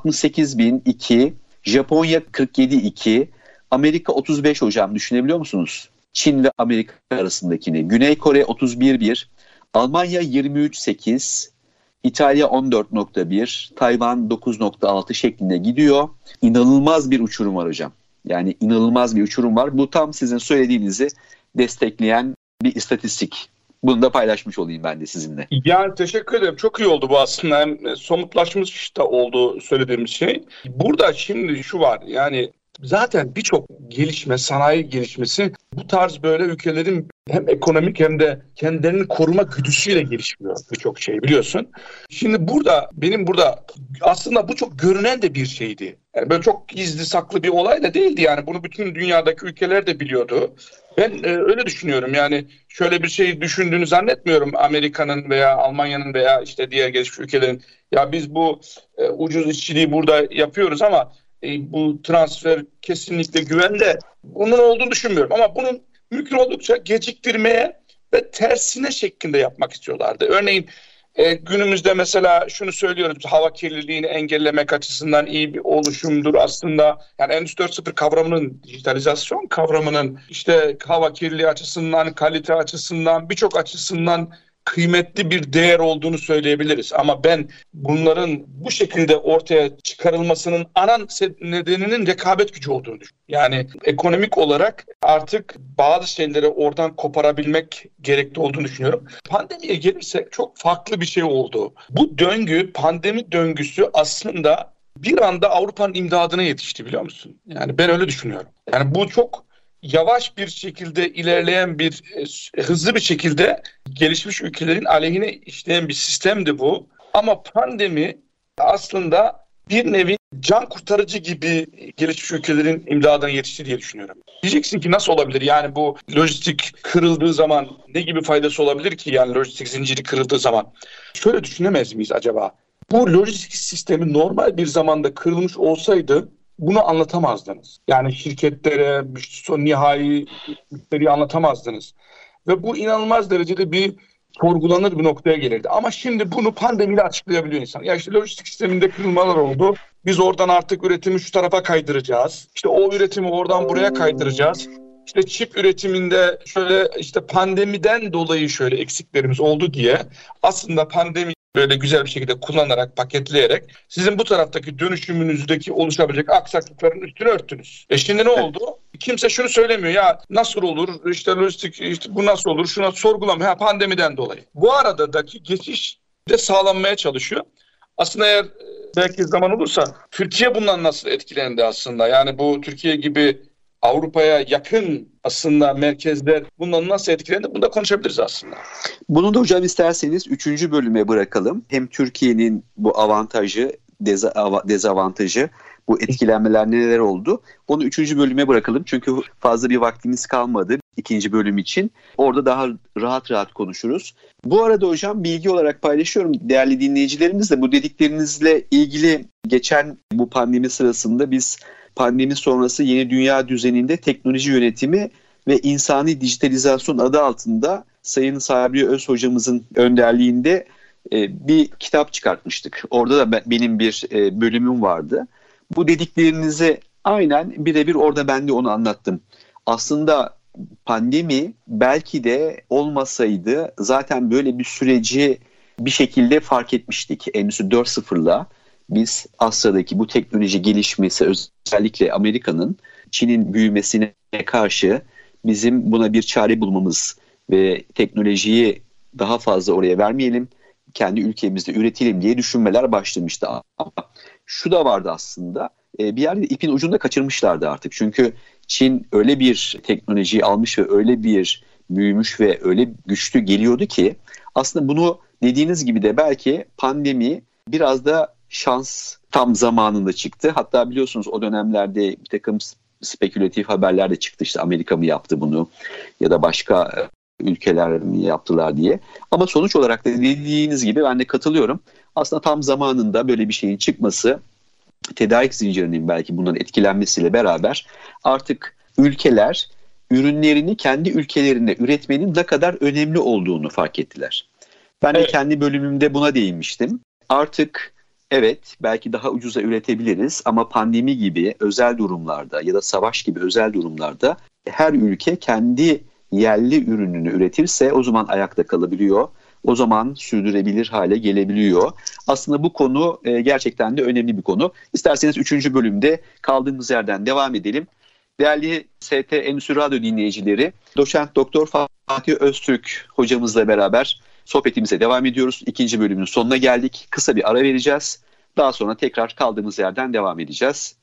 268.002, Japonya 47.2, Amerika 35 hocam, düşünebiliyor musunuz? Çin ve Amerika arasındakini. Güney Kore 31.1, Almanya 23.8, İtalya 14.1, Tayvan 9.6 şeklinde gidiyor. İnanılmaz bir uçurum var hocam. Yani inanılmaz bir uçurum var. Bu tam sizin söylediğinizi destekleyen bir istatistik. Bunu da paylaşmış olayım ben de sizinle. Yani teşekkür ederim. Çok iyi oldu bu aslında. Hem somutlaşmış da oldu söylediğimiz şey. Burada şimdi şu var. Yani zaten birçok gelişme, sanayi gelişmesi bu tarz böyle ülkelerin hem ekonomik hem de kendilerini koruma güdüsüyle gelişmiyor birçok şey, biliyorsun. Şimdi benim burada aslında bu çok görünen de bir şeydi. Yani böyle çok gizli saklı bir olay da değildi yani. Bunu bütün dünyadaki ülkeler de biliyordu. Ben öyle düşünüyorum. Yani şöyle bir şey düşündüğünü zannetmiyorum Amerika'nın veya Almanya'nın veya işte diğer gelişmiş ülkelerin. Ya biz bu ucuz işçiliği burada yapıyoruz ama bu transfer kesinlikle güvende. Bunun olduğunu düşünmüyorum ama bunun mümkün oldukça geciktirmeye ve tersine şeklinde yapmak istiyorlardı. Örneğin günümüzde mesela şunu söylüyoruz, hava kirliliğini engellemek açısından iyi bir oluşumdur aslında. Yani Endüstri 4.0 kavramının, dijitalizasyon kavramının işte hava kirliliği açısından, kalite açısından, birçok açısından kıymetli bir değer olduğunu söyleyebiliriz. Ama ben bunların bu şekilde ortaya çıkarılmasının ana nedeninin rekabet gücü olduğunu düşünüyorum. Yani ekonomik olarak artık bazı şeyleri oradan koparabilmek gerekli olduğunu düşünüyorum. Pandemiye gelirsek çok farklı bir şey oldu. Bu döngü, pandemi döngüsü aslında bir anda Avrupa'nın imdadına yetişti, biliyor musun? Yani ben öyle düşünüyorum. Yani bu çok yavaş bir şekilde ilerleyen hızlı bir şekilde gelişmiş ülkelerin aleyhine işleyen bir sistemdi bu. Ama pandemi aslında bir nevi can kurtarıcı gibi gelişmiş ülkelerin imdadına yetişti diye düşünüyorum. Diyeceksin ki nasıl olabilir? Yani bu lojistik kırıldığı zaman ne gibi faydası olabilir ki? Yani lojistik zinciri kırıldığı zaman. Şöyle düşünemez miyiz acaba? Bu lojistik sistemi normal bir zamanda kırılmış olsaydı bunu anlatamazdınız. Yani şirketlere, son nihai müşteriye anlatamazdınız. Ve bu inanılmaz derecede bir sorgulanır bir noktaya gelirdi. Ama şimdi bunu pandemiyle açıklayabiliyor insan. Ya işte lojistik sisteminde kırılmalar oldu. Biz oradan artık üretimi şu tarafa kaydıracağız. İşte o üretimi oradan buraya kaydıracağız. İşte çip üretiminde şöyle işte pandemiden dolayı şöyle eksiklerimiz oldu diye aslında pandemi böyle güzel bir şekilde kullanarak, paketleyerek sizin bu taraftaki dönüşümünüzdeki oluşabilecek aksaklıkların üstünü örttünüz. Şimdi ne oldu? Kimse şunu söylemiyor ya nasıl olur işte lojistik işte bu nasıl olur şuna sorgulamıyor pandemiden dolayı. Bu aradaki geçiş de sağlanmaya çalışıyor. Aslında eğer belki zaman olursa Türkiye bundan nasıl etkilendi aslında? Yani bu Türkiye gibi Avrupa'ya yakın aslında merkezler bundan nasıl etkilendi? Bunu da konuşabiliriz aslında. Bunu da hocam isterseniz 3. bölüme bırakalım. Hem Türkiye'nin bu avantajı, dezavantajı, bu etkilenmeler neler oldu? Onu 3. bölüme bırakalım. Çünkü fazla bir vaktimiz kalmadı 2. bölüm için. Orada daha rahat konuşuruz. Bu arada hocam bilgi olarak paylaşıyorum. Değerli dinleyicilerimizle bu dediklerinizle ilgili geçen bu pandemi sırasında biz pandemi sonrası yeni dünya düzeninde teknoloji yönetimi ve insani dijitalizasyon adı altında Sayın Sabri Öz hocamızın önderliğinde bir kitap çıkartmıştık. Orada da benim bir bölümüm vardı. Bu dediklerinizi aynen birebir orada ben de onu anlattım. Aslında pandemi belki de olmasaydı zaten böyle bir süreci bir şekilde fark etmiştik. Endüstri 4.0'la biz Asya'daki bu teknoloji gelişmesi özellikle Amerika'nın Çin'in büyümesine karşı bizim buna bir çare bulmamız ve teknolojiyi daha fazla oraya vermeyelim, kendi ülkemizde üretelim diye düşünmeler başlamıştı. Ama şu da vardı aslında, bir yerde ipin ucunda kaçırmışlardı artık. Çünkü Çin öyle bir teknolojiyi almış ve öyle bir büyümüş ve öyle güçlü geliyordu ki aslında bunu dediğiniz gibi de belki pandemi biraz da şans tam zamanında çıktı. Hatta biliyorsunuz o dönemlerde bir takım spekülatif haberler de çıktı. İşte Amerika mı yaptı bunu ya da başka ülkeler mi yaptılar diye. Ama sonuç olarak da dediğiniz gibi ben de katılıyorum. Aslında tam zamanında böyle bir şeyin çıkması, tedarik zincirinin belki bundan etkilenmesiyle beraber artık ülkeler ürünlerini kendi ülkelerinde üretmenin ne kadar önemli olduğunu fark ettiler. Ben de kendi bölümümde buna değinmiştim. Artık evet belki daha ucuza üretebiliriz ama pandemi gibi özel durumlarda ya da savaş gibi özel durumlarda her ülke kendi yerli ürününü üretirse o zaman ayakta kalabiliyor. O zaman sürdürebilir hale gelebiliyor. Aslında bu konu gerçekten de önemli bir konu. İsterseniz 3. bölümde kaldığımız yerden devam edelim. Değerli ST Endüstri Radyo dinleyicileri, Doçent Doktor Fatih Öztürk hocamızla beraber sohbetimize devam ediyoruz. 2. bölümün sonuna geldik. Kısa bir ara vereceğiz. Daha sonra tekrar kaldığımız yerden devam edeceğiz.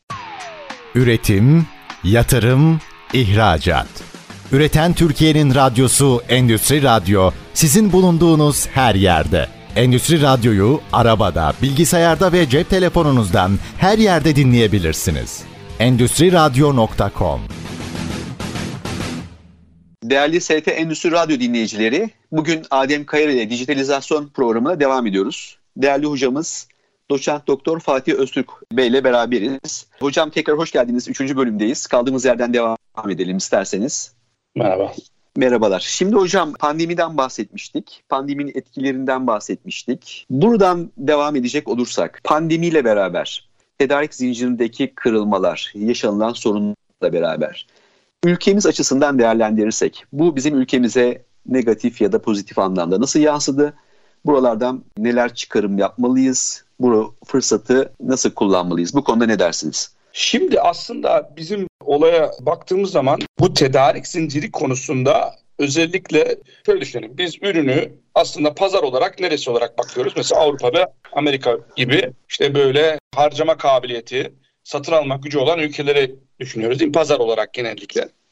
Üretim, yatırım, ihracat. Üreten Türkiye'nin radyosu Endüstri Radyo, sizin bulunduğunuz her yerde. Endüstri Radyo'yu arabada, bilgisayarda ve cep telefonunuzdan her yerde dinleyebilirsiniz. Endüstriradyo.com. Değerli ST Endüstri Radyo dinleyicileri, bugün Adem Kayar ile dijitalizasyon programına devam ediyoruz. Değerli hocamız Doçent Doktor Fatih Öztürk Bey ile beraberiz. Hocam tekrar hoş geldiniz. 3. bölümdeyiz. Kaldığımız yerden devam edelim isterseniz. Merhaba. Merhabalar. Şimdi hocam pandemiden bahsetmiştik. Pandeminin etkilerinden bahsetmiştik. Buradan devam edecek olursak pandemiyle beraber tedarik zincirindeki kırılmalar, yaşanılan sorunlarla beraber ülkemiz açısından değerlendirirsek bu bizim ülkemize negatif ya da pozitif anlamda nasıl yansıdı? Buralardan neler çıkarım yapmalıyız? Bu fırsatı nasıl kullanmalıyız? Bu konuda ne dersiniz? Şimdi aslında bizim olaya baktığımız zaman bu tedarik zinciri konusunda özellikle şöyle düşünelim. Biz ürünü aslında pazar olarak neresi olarak bakıyoruz? Mesela Avrupa ve Amerika gibi işte böyle harcama kabiliyeti, satın alma gücü olan ülkeleri düşünüyoruz değil mi? Pazar olarak genellikle.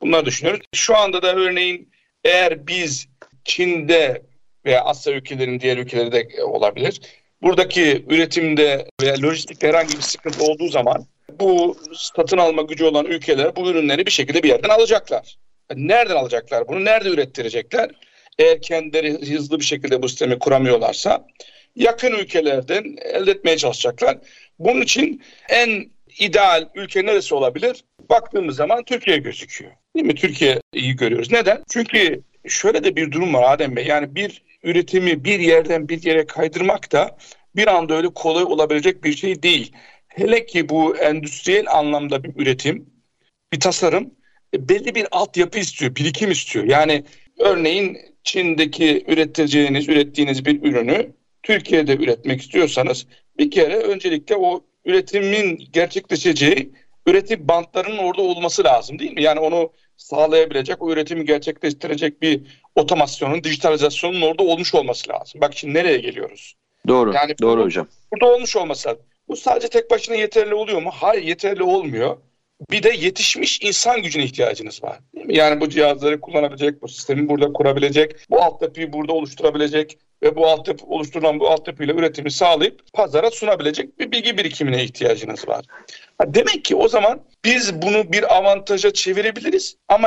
Bunları düşünüyoruz. Şu anda da örneğin eğer biz Çin'de veya Asya ülkelerinin diğer ülkeleri de olabilir, buradaki üretimde veya lojistikte herhangi bir sıkıntı olduğu zaman bu satın alma gücü olan ülkeler bu ürünleri bir şekilde bir yerden alacaklar. Nereden alacaklar bunu? Nerede ürettirecekler? Eğer kendileri hızlı bir şekilde bu sistemi kuramıyorlarsa yakın ülkelerden elde etmeye çalışacaklar. Bunun için en ideal ülke neresi olabilir? Baktığımız zaman Türkiye gözüküyor. Değil mi? Türkiye'yi görüyoruz. Neden? Çünkü şöyle de bir durum var Adem Bey. Yani bir üretimi bir yerden bir yere kaydırmak da bir anda öyle kolay olabilecek bir şey değil. Hele ki bu endüstriyel anlamda bir üretim, bir tasarım belli bir altyapı istiyor, birikim istiyor. Yani örneğin Çin'deki ürettiğiniz bir ürünü Türkiye'de üretmek istiyorsanız bir kere öncelikle o üretimin gerçekleşeceği üretim bantlarının orada olması lazım değil mi? Yani onu sağlayabilecek, o üretimi gerçekleştirecek bir otomasyonun, dijitalizasyonun orada olmuş olması lazım. Bak şimdi nereye geliyoruz? Doğru, yani doğru hocam. Burada olmuş olması lazım. Bu sadece tek başına yeterli oluyor mu? Hayır, yeterli olmuyor. Bir de yetişmiş insan gücüne ihtiyacınız var. Değil mi? Yani bu cihazları kullanabilecek, bu sistemi burada kurabilecek, bu altyapıyı burada oluşturabilecek ve bu oluşturulan bu altyapıyla üretimi sağlayıp pazara sunabilecek bir bilgi birikimine ihtiyacınız var. Demek ki o zaman biz bunu bir avantaja çevirebiliriz ama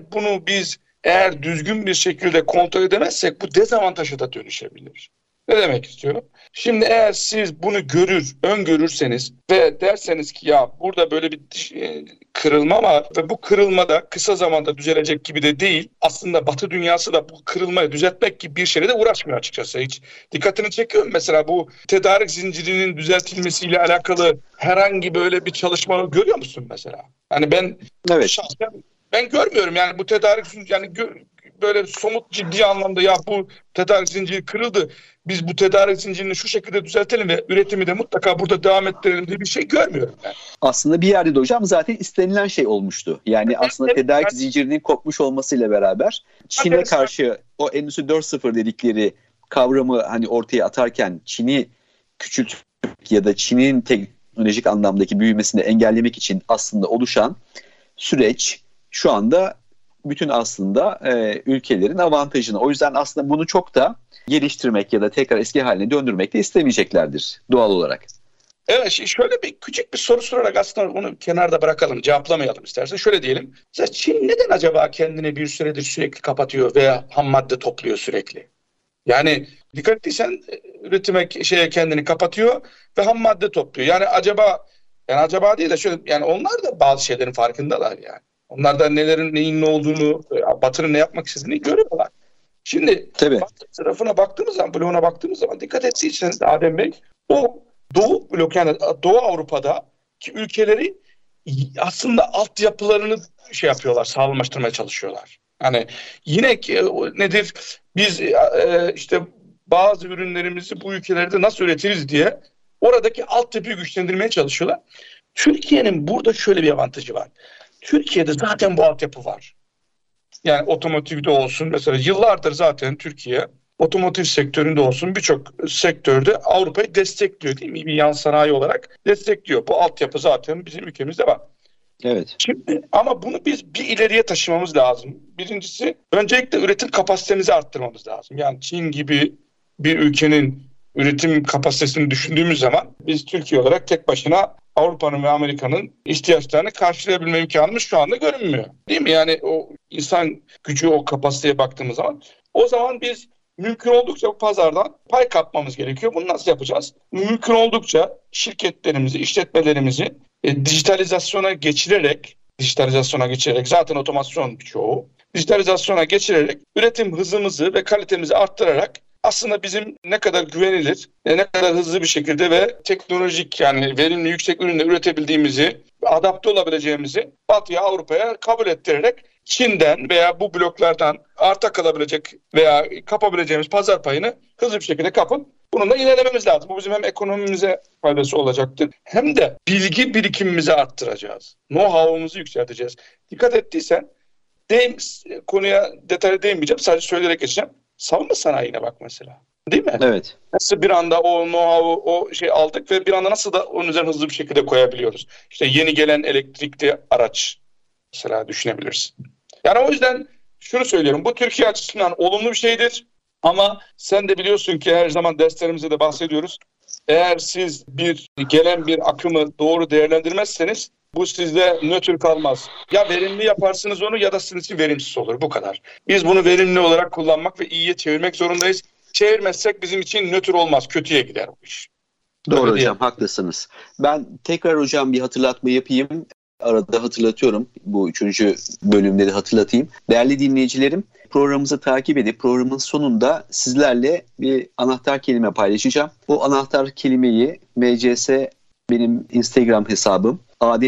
eğer düzgün bir şekilde kontrol edemezsek bu dezavantaja da dönüşebilir. Ne demek istiyorum? Şimdi eğer siz bunu öngörürseniz ve derseniz ki ya burada böyle bir kırılma var ve bu kırılma da kısa zamanda düzelecek gibi de değil. Aslında Batı dünyası da bu kırılmayı düzeltmek gibi bir şeyle de uğraşmıyor açıkçası. Hiç dikkatini çekiyorum mesela bu tedarik zincirinin düzeltilmesiyle alakalı herhangi böyle bir çalışma görüyor musun mesela? Yani ben şahsen görmüyorum yani bu tedarik zinciri yani böyle somut ciddi anlamda ya bu tedarik zinciri kırıldı. Biz bu tedarik zincirini şu şekilde düzeltelim ve üretimi de mutlaka burada devam ettirelim diye bir şey görmüyorum ben. Aslında bir yerde de hocam zaten istenilen şey olmuştu. Yani aslında tedarik zincirinin kopmuş olmasıyla beraber Çin'e karşı o Endüstri 4.0 dedikleri kavramı hani ortaya atarken Çin'i küçültmek ya da Çin'in teknolojik anlamdaki büyümesini engellemek için aslında oluşan süreç şu anda bütün aslında ülkelerin avantajına. O yüzden aslında bunu çok da geliştirmek ya da tekrar eski haline döndürmek de istemeyeceklerdir doğal olarak. Evet, şöyle küçük bir soru sorarak aslında onu kenarda bırakalım, cevaplamayalım istersen. Şöyle diyelim. Mesela Çin neden acaba kendini bir süredir sürekli kapatıyor veya ham madde topluyor sürekli? Yani dikkat ettiysen üretime kendini kapatıyor ve ham madde topluyor. Yani acaba değil de şöyle yani onlar da bazı şeylerin farkındalar yani. Onlar da neyin ne olduğunu, Batı'nın ne yapmak istediğini görüyorlar. Şimdi Batı tarafına bloğuna baktığımız zaman dikkat ettiyseniz Adem Bey, o Doğu blok yani Doğu Avrupa'daki ülkeleri aslında altyapılarını yapıyorlar, sağlamlaştırmaya çalışıyorlar. Yani yine nedir? Biz işte bazı ürünlerimizi bu ülkelerde nasıl üretiriz diye oradaki altyapıyı güçlendirmeye çalışıyorlar. Türkiye'nin burada şöyle bir avantajı var. Türkiye'de zaten bu altyapı var. Yani otomotivde olsun mesela yıllardır zaten Türkiye otomotiv sektöründe olsun birçok sektörde Avrupa'yı destekliyor değil mi? Bir yan sanayi olarak destekliyor. Bu altyapı zaten bizim ülkemizde var. Evet. Şimdi ama bunu biz bir ileriye taşımamız lazım. Birincisi öncelikle üretim kapasitemizi arttırmamız lazım. Yani Çin gibi bir ülkenin üretim kapasitesini düşündüğümüz zaman biz Türkiye olarak tek başına Avrupa'nın ve Amerika'nın ihtiyaçlarını karşılayabilme imkanımız şu anda görünmüyor. Değil mi? Yani o insan gücü, o kapasiteye baktığımız zaman o zaman biz mümkün oldukça bu pazardan pay kapmamız gerekiyor. Bunu nasıl yapacağız? Mümkün oldukça şirketlerimizi, işletmelerimizi dijitalizasyona geçirerek zaten otomasyon birçoğu, dijitalizasyona geçirerek üretim hızımızı ve kalitemizi arttırarak aslında bizim ne kadar güvenilir, ne kadar hızlı bir şekilde ve teknolojik yani verimli yüksek ürünler üretebildiğimizi, adapte olabileceğimizi Batı'ya, Avrupa'ya kabul ettirerek Çin'den veya bu bloklardan arta kalabilecek veya kapabileceğimiz pazar payını hızlı bir şekilde kapıp bununla ilerlememiz lazım. Bu bizim hem ekonomimize faydası olacaktır hem de bilgi birikimimizi arttıracağız. Know-how'umuzu yükselteceğiz. Dikkat ettiysen konuya detaylı değinmeyeceğim. Sadece söyleyerek geçeceğim. Savunma sanayine bak mesela. Değil mi? Evet. Nasıl bir anda o know-how'u aldık ve bir anda nasıl da onun üzerine hızlı bir şekilde koyabiliyoruz. İşte yeni gelen elektrikli araç mesela düşünebilirsin. Yani o yüzden şunu söylüyorum. Bu Türkiye açısından olumlu bir şeydir. Ama sen de biliyorsun ki her zaman derslerimizde de bahsediyoruz. Eğer siz gelen bir akımı doğru değerlendirmezseniz bu sizde nötr kalmaz. Ya verimli yaparsınız onu ya da sizin için verimsiz olur. Bu kadar. Biz bunu verimli olarak kullanmak ve iyiye çevirmek zorundayız. Çevirmezsek bizim için nötr olmaz. Kötüye gider bu iş. Doğru hocam, haklısınız. Ben tekrar hocam bir hatırlatma yapayım. Arada hatırlatıyorum. Bu 3. bölümde de hatırlatayım. Değerli dinleyicilerim, programımızı takip edip programın sonunda sizlerle bir anahtar kelime paylaşacağım. O anahtar kelimeyi MCS benim Instagram hesabım,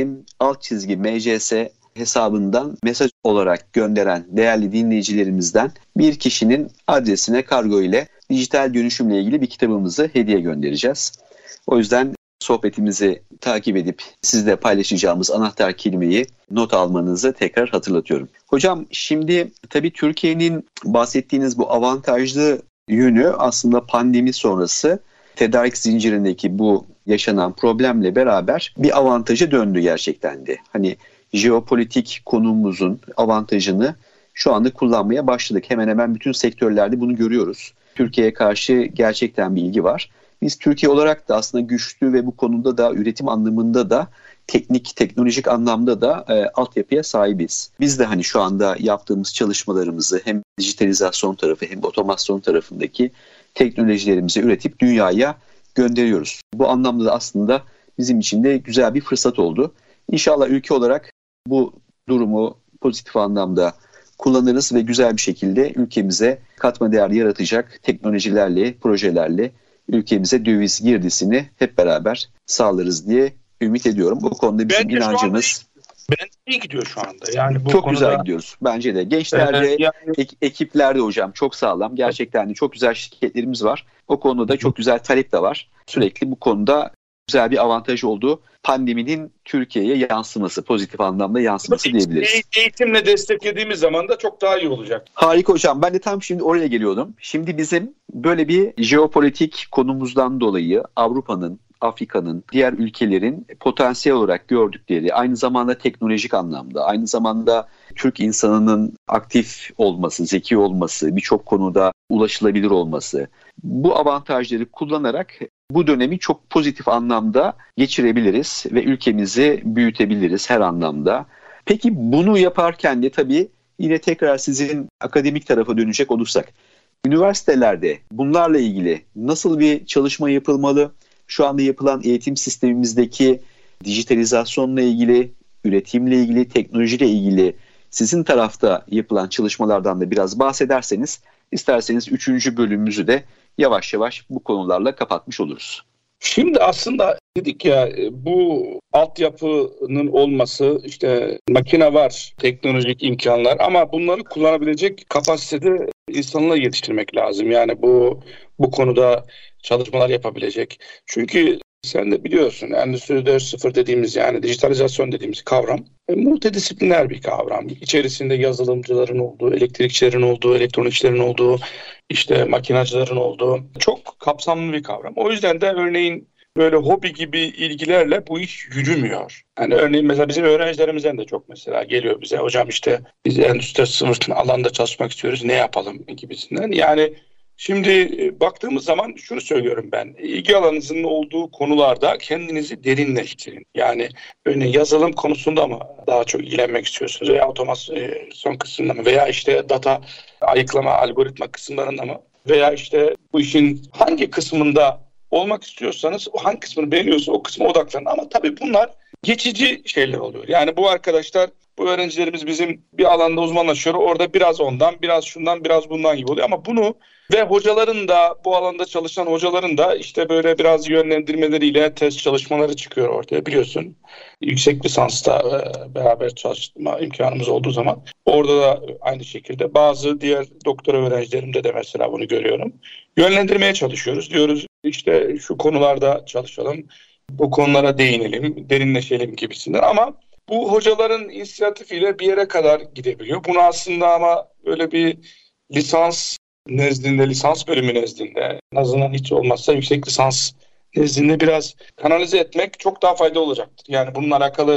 Adem_MCS hesabından mesaj olarak gönderen değerli dinleyicilerimizden bir kişinin adresine kargo ile dijital dönüşümle ilgili bir kitabımızı hediye göndereceğiz. O yüzden sohbetimizi takip edip sizle paylaşacağımız anahtar kelimeyi not almanızı tekrar hatırlatıyorum. Hocam şimdi tabii Türkiye'nin bahsettiğiniz bu avantajlı yönü aslında pandemi sonrası tedarik zincirindeki bu yaşanan problemle beraber bir avantaja döndü gerçekten de. Hani jeopolitik konumumuzun avantajını şu anda kullanmaya başladık. Hemen hemen bütün sektörlerde bunu görüyoruz. Türkiye'ye karşı gerçekten bir ilgi var. Biz Türkiye olarak da aslında güçlü ve bu konuda da üretim anlamında da teknolojik anlamda da altyapıya sahibiz. Biz de hani şu anda yaptığımız çalışmalarımızı hem dijitalizasyon tarafı hem otomasyon tarafındaki teknolojilerimizi üretip dünyaya gönderiyoruz. Bu anlamda da aslında bizim için de güzel bir fırsat oldu. İnşallah ülke olarak bu durumu pozitif anlamda kullanırız ve güzel bir şekilde ülkemize katma değer yaratacak teknolojilerle, projelerle ülkemize döviz girdisini hep beraber sağlarız diye ümit ediyorum. Bu konuda bizim inancımız. Bence iyi gidiyor şu anda. Yani bu çok konuda güzel gidiyoruz. Bence de. Gençlerde, ekiplerde hocam çok sağlam. Gerçekten de çok güzel şirketlerimiz var. O konuda çok güzel talep de var. Sürekli bu konuda güzel bir avantaj oldu. Pandeminin Türkiye'ye yansıması, pozitif anlamda yansıması diyebiliriz. Eğitimle desteklediğimiz zaman da çok daha iyi olacak. Harika hocam. Ben de tam şimdi oraya geliyordum. Şimdi bizim böyle bir jeopolitik konumuzdan dolayı Avrupa'nın, Afrika'nın, diğer ülkelerin potansiyel olarak gördükleri, aynı zamanda teknolojik anlamda, aynı zamanda Türk insanının aktif olması, zeki olması, birçok konuda ulaşılabilir olması, bu avantajları kullanarak bu dönemi çok pozitif anlamda geçirebiliriz ve ülkemizi büyütebiliriz her anlamda. Peki bunu yaparken de tabii yine tekrar sizin akademik tarafa dönecek olursak, üniversitelerde bunlarla ilgili nasıl bir çalışma yapılmalı? Şu anda yapılan eğitim sistemimizdeki dijitalizasyonla ilgili, üretimle ilgili, teknolojiyle ilgili sizin tarafta yapılan çalışmalardan da biraz bahsederseniz, isterseniz 3. bölümümüzü de yavaş yavaş bu konularla kapatmış oluruz. Şimdi aslında dedik ya, bu altyapının olması, işte makine var, teknolojik imkanlar, ama bunları kullanabilecek kapasitede insanları yetiştirmek lazım. Yani bu konuda çalışmalar yapabilecek. Çünkü sen de biliyorsun, Endüstri 4.0 dediğimiz, yani dijitalizasyon dediğimiz kavram multidisipliner bir kavram. İçerisinde yazılımcıların olduğu, elektrikçilerin olduğu, elektronikçilerin olduğu, işte makinacıların olduğu çok kapsamlı bir kavram. O yüzden de örneğin böyle hobi gibi ilgilerle bu iş yürümüyor. Yani örneğin mesela bizim öğrencilerimizden de çok mesela geliyor bize, hocam işte biz Endüstri 4.0 alanda çalışmak istiyoruz, ne yapalım gibisinden. Yani şimdi baktığımız zaman şunu söylüyorum ben. İlgi alanınızın olduğu konularda kendinizi derinleştirin. Yani örneğin yazılım konusunda mı daha çok ilgilenmek istiyorsunuz? Veya otomasyon kısmında mı? Veya işte data ayıklama, algoritma kısımlarında mı? Veya işte bu işin hangi kısmında olmak istiyorsanız, o hangi kısmını beğeniyorsa o kısma odaklanın. Ama tabii bunlar geçici şeyler oluyor. Yani bu arkadaşlar, bu öğrencilerimiz bizim bir alanda uzmanlaşıyor. Orada biraz ondan, biraz şundan, biraz bundan gibi oluyor. Ama bunu ve hocaların da, bu alanda çalışan hocaların da işte böyle biraz yönlendirmeleriyle test çalışmaları çıkıyor ortaya, biliyorsun. Yüksek lisansta beraber çalışma imkanımız olduğu zaman orada da aynı şekilde bazı diğer doktora öğrencilerimde de mesela bunu görüyorum. Yönlendirmeye çalışıyoruz. Diyoruz işte şu konularda çalışalım, bu konulara değinelim, derinleşelim gibisinden, ama bu hocaların inisiyatifiyle bir yere kadar gidebiliyor. Bunu aslında ama böyle bir lisans nezdinde, lisans bölümü nezdinde, en azından hiç olmazsa yüksek lisans nezdinde biraz kanalize etmek çok daha faydalı olacaktır. Yani bununla alakalı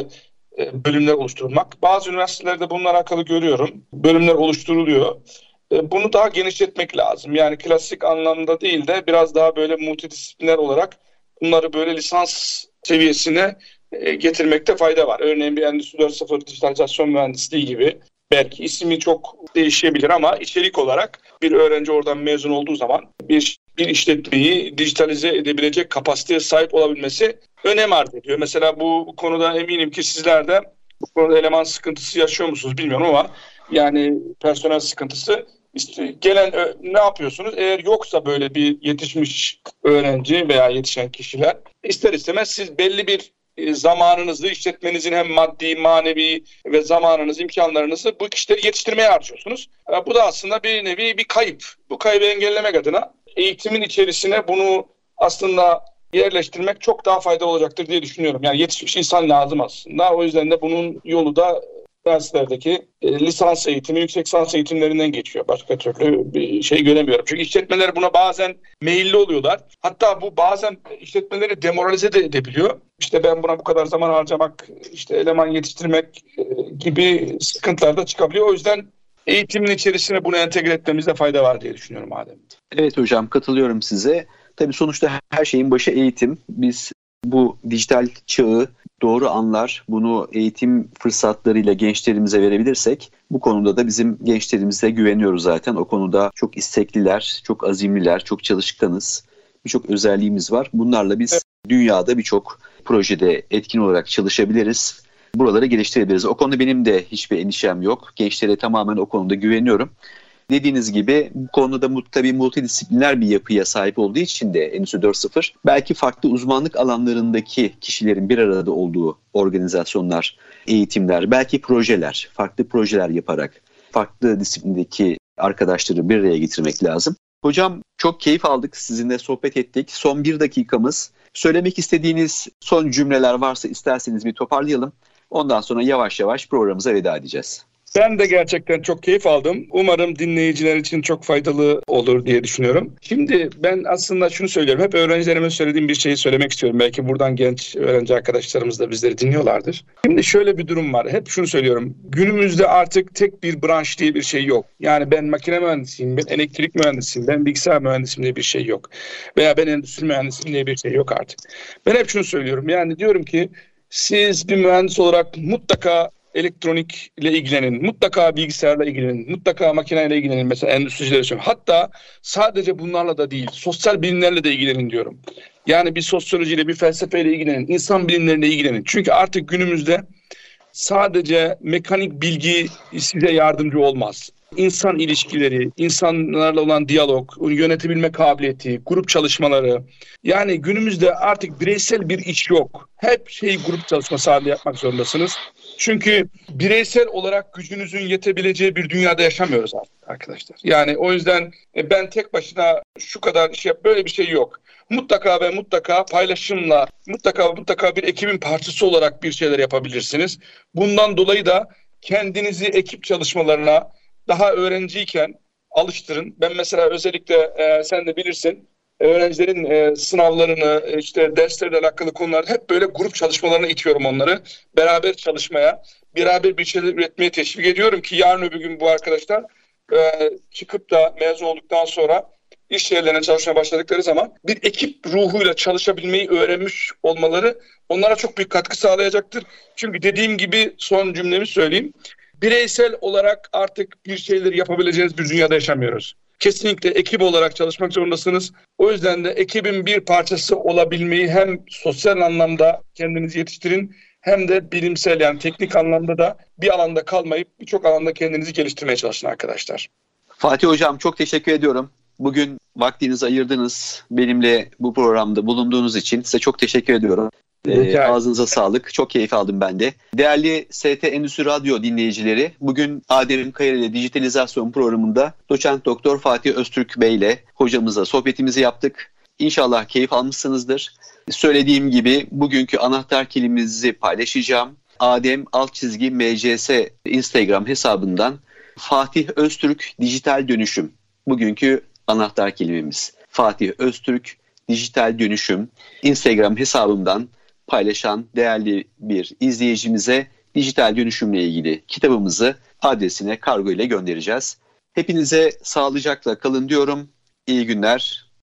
bölümler oluşturulmak. Bazı üniversitelerde bununla alakalı görüyorum. Bölümler oluşturuluyor. Bunu daha genişletmek lazım. Yani klasik anlamda değil de biraz daha böyle multidisipliner olarak bunları böyle lisans seviyesine getirmekte fayda var. Örneğin bir Endüstri 4.0 dijitalizasyon mühendisliği gibi. Belki ismi çok değişebilir ama içerik olarak bir öğrenci oradan mezun olduğu zaman bir işletmeyi dijitalize edebilecek kapasiteye sahip olabilmesi önem arz ediyor. Mesela bu konuda eminim ki sizler de bu konuda eleman sıkıntısı yaşıyor musunuz bilmiyorum ama yani personel sıkıntısı. İşte gelen ne yapıyorsunuz? Eğer yoksa böyle bir yetişmiş öğrenci veya yetişen kişiler ister istemez siz belli bir zamanınızı, işletmenizin hem maddi, manevi ve zamanınızı, imkanlarınızı bu kişileri yetiştirmeye harcıyorsunuz. Bu da aslında bir nevi bir kayıp. Bu kaybı engellemek adına eğitimin içerisine bunu aslında yerleştirmek çok daha faydalı olacaktır diye düşünüyorum. Yani yetişmiş insan lazım aslında. O yüzden de bunun yolu da üniversitelerdeki lisans eğitimi, yüksek lisans eğitimlerinden geçiyor. Başka türlü bir şey göremiyorum. Çünkü işletmeler buna bazen meyilli oluyorlar. Hatta bu bazen işletmeleri demoralize de edebiliyor. İşte ben buna bu kadar zaman harcamak, işte eleman yetiştirmek gibi sıkıntılar da çıkabiliyor. O yüzden eğitimin içerisine bunu entegre etmemizde fayda var diye düşünüyorum Adem. Evet hocam, katılıyorum size. Tabii sonuçta her şeyin başı eğitim. Biz bu dijital çağı doğru anlar, bunu eğitim fırsatlarıyla gençlerimize verebilirsek, bu konuda da bizim gençlerimize güveniyoruz zaten. O konuda çok istekliler, çok azimliler, çok çalışkanız. Birçok özelliğimiz var. Bunlarla biz dünyada birçok projede etkin olarak çalışabiliriz. Buraları geliştirebiliriz. O konuda benim de hiçbir endişem yok. Gençlere tamamen o konuda güveniyorum. Dediğiniz gibi bu konuda tabii multidisipliner bir yapıya sahip olduğu için de Endüstri 4.0 belki farklı uzmanlık alanlarındaki kişilerin bir arada olduğu organizasyonlar, eğitimler, belki projeler, farklı projeler yaparak farklı disiplindeki arkadaşları bir araya getirmek lazım. Hocam çok keyif aldık, sizinle sohbet ettik. Son 1 dakikamız. Söylemek istediğiniz son cümleler varsa isterseniz bir toparlayalım. Ondan sonra yavaş yavaş programımıza veda edeceğiz. Ben de gerçekten çok keyif aldım. Umarım dinleyiciler için çok faydalı olur diye düşünüyorum. Şimdi ben aslında şunu söylüyorum. Hep öğrencilerime söylediğim bir şeyi söylemek istiyorum. Belki buradan genç öğrenci arkadaşlarımız da bizleri dinliyorlardır. Şimdi şöyle bir durum var. Hep şunu söylüyorum. Günümüzde artık tek bir branş diye bir şey yok. Yani ben makine mühendisiyim, ben elektrik mühendisiyim, ben bilgisayar mühendisiyim diye bir şey yok. Veya ben endüstri mühendisiyim diye bir şey yok artık. Ben hep şunu söylüyorum. Yani diyorum ki siz bir mühendis olarak mutlaka elektronikle ilgilenin, mutlaka bilgisayarla ilgilenin, mutlaka makineyle ilgilenin. Mesela endüstriciler için. Hatta sadece bunlarla da değil, sosyal bilimlerle de ilgilenin diyorum. Yani bir sosyolojiyle, bir felsefeyle ilgilenin, insan bilimleriyle ilgilenin. Çünkü artık günümüzde sadece mekanik bilgi size yardımcı olmaz. İnsan ilişkileri, insanlarla olan diyalog, yönetebilme kabiliyeti, grup çalışmaları. Yani günümüzde artık bireysel bir iş yok. Hep grup çalışması halinde yapmak zorundasınız. Çünkü bireysel olarak gücünüzün yetebileceği bir dünyada yaşamıyoruz artık arkadaşlar. Yani o yüzden ben tek başına şu kadar iş yap, böyle bir şey yok. Mutlaka ve mutlaka paylaşımla, mutlaka bir ekibin parçası olarak bir şeyler yapabilirsiniz. Bundan dolayı da kendinizi ekip çalışmalarına daha öğrenciyken alıştırın. Ben mesela özellikle sen de bilirsin, öğrencilerin sınavlarını, işte derslerle alakalı konularda hep böyle grup çalışmalarına itiyorum onları. Beraber çalışmaya, beraber bir şeyler üretmeye teşvik ediyorum ki yarın öbür gün bu arkadaşlar çıkıp da mezun olduktan sonra iş yerlerine çalışmaya başladıkları zaman bir ekip ruhuyla çalışabilmeyi öğrenmiş olmaları onlara çok büyük katkı sağlayacaktır. Çünkü dediğim gibi son cümlemi söyleyeyim. Bireysel olarak artık bir şeyleri yapabileceğiniz bir dünyada yaşamıyoruz. Kesinlikle ekip olarak çalışmak zorundasınız. O yüzden de ekibin bir parçası olabilmeyi hem sosyal anlamda kendinizi yetiştirin hem de bilimsel yani teknik anlamda da bir alanda kalmayıp birçok alanda kendinizi geliştirmeye çalışın arkadaşlar. Fatih Hocam çok teşekkür ediyorum. Bugün vaktinizi ayırdınız. Benimle bu programda bulunduğunuz için size çok teşekkür ediyorum. Ağzınıza sağlık. Çok keyif aldım ben de. Değerli ST Endüstri Radyo dinleyicileri, bugün Adem Kayar ile Dijitalizasyon programında Doçent Doktor Fatih Öztürk Bey ile hocamızla sohbetimizi yaptık. İnşallah keyif almışsınızdır. Söylediğim gibi bugünkü anahtar kelimemizi paylaşacağım. Adem_MCS Instagram hesabından Fatih Öztürk Dijital Dönüşüm. Bugünkü anahtar kelimemiz. Fatih Öztürk Dijital Dönüşüm. Instagram hesabımdan paylaşan değerli bir izleyicimize dijital dönüşümle ilgili kitabımızı adresine kargo ile göndereceğiz. Hepinize sağlıcakla kalın diyorum. İyi günler.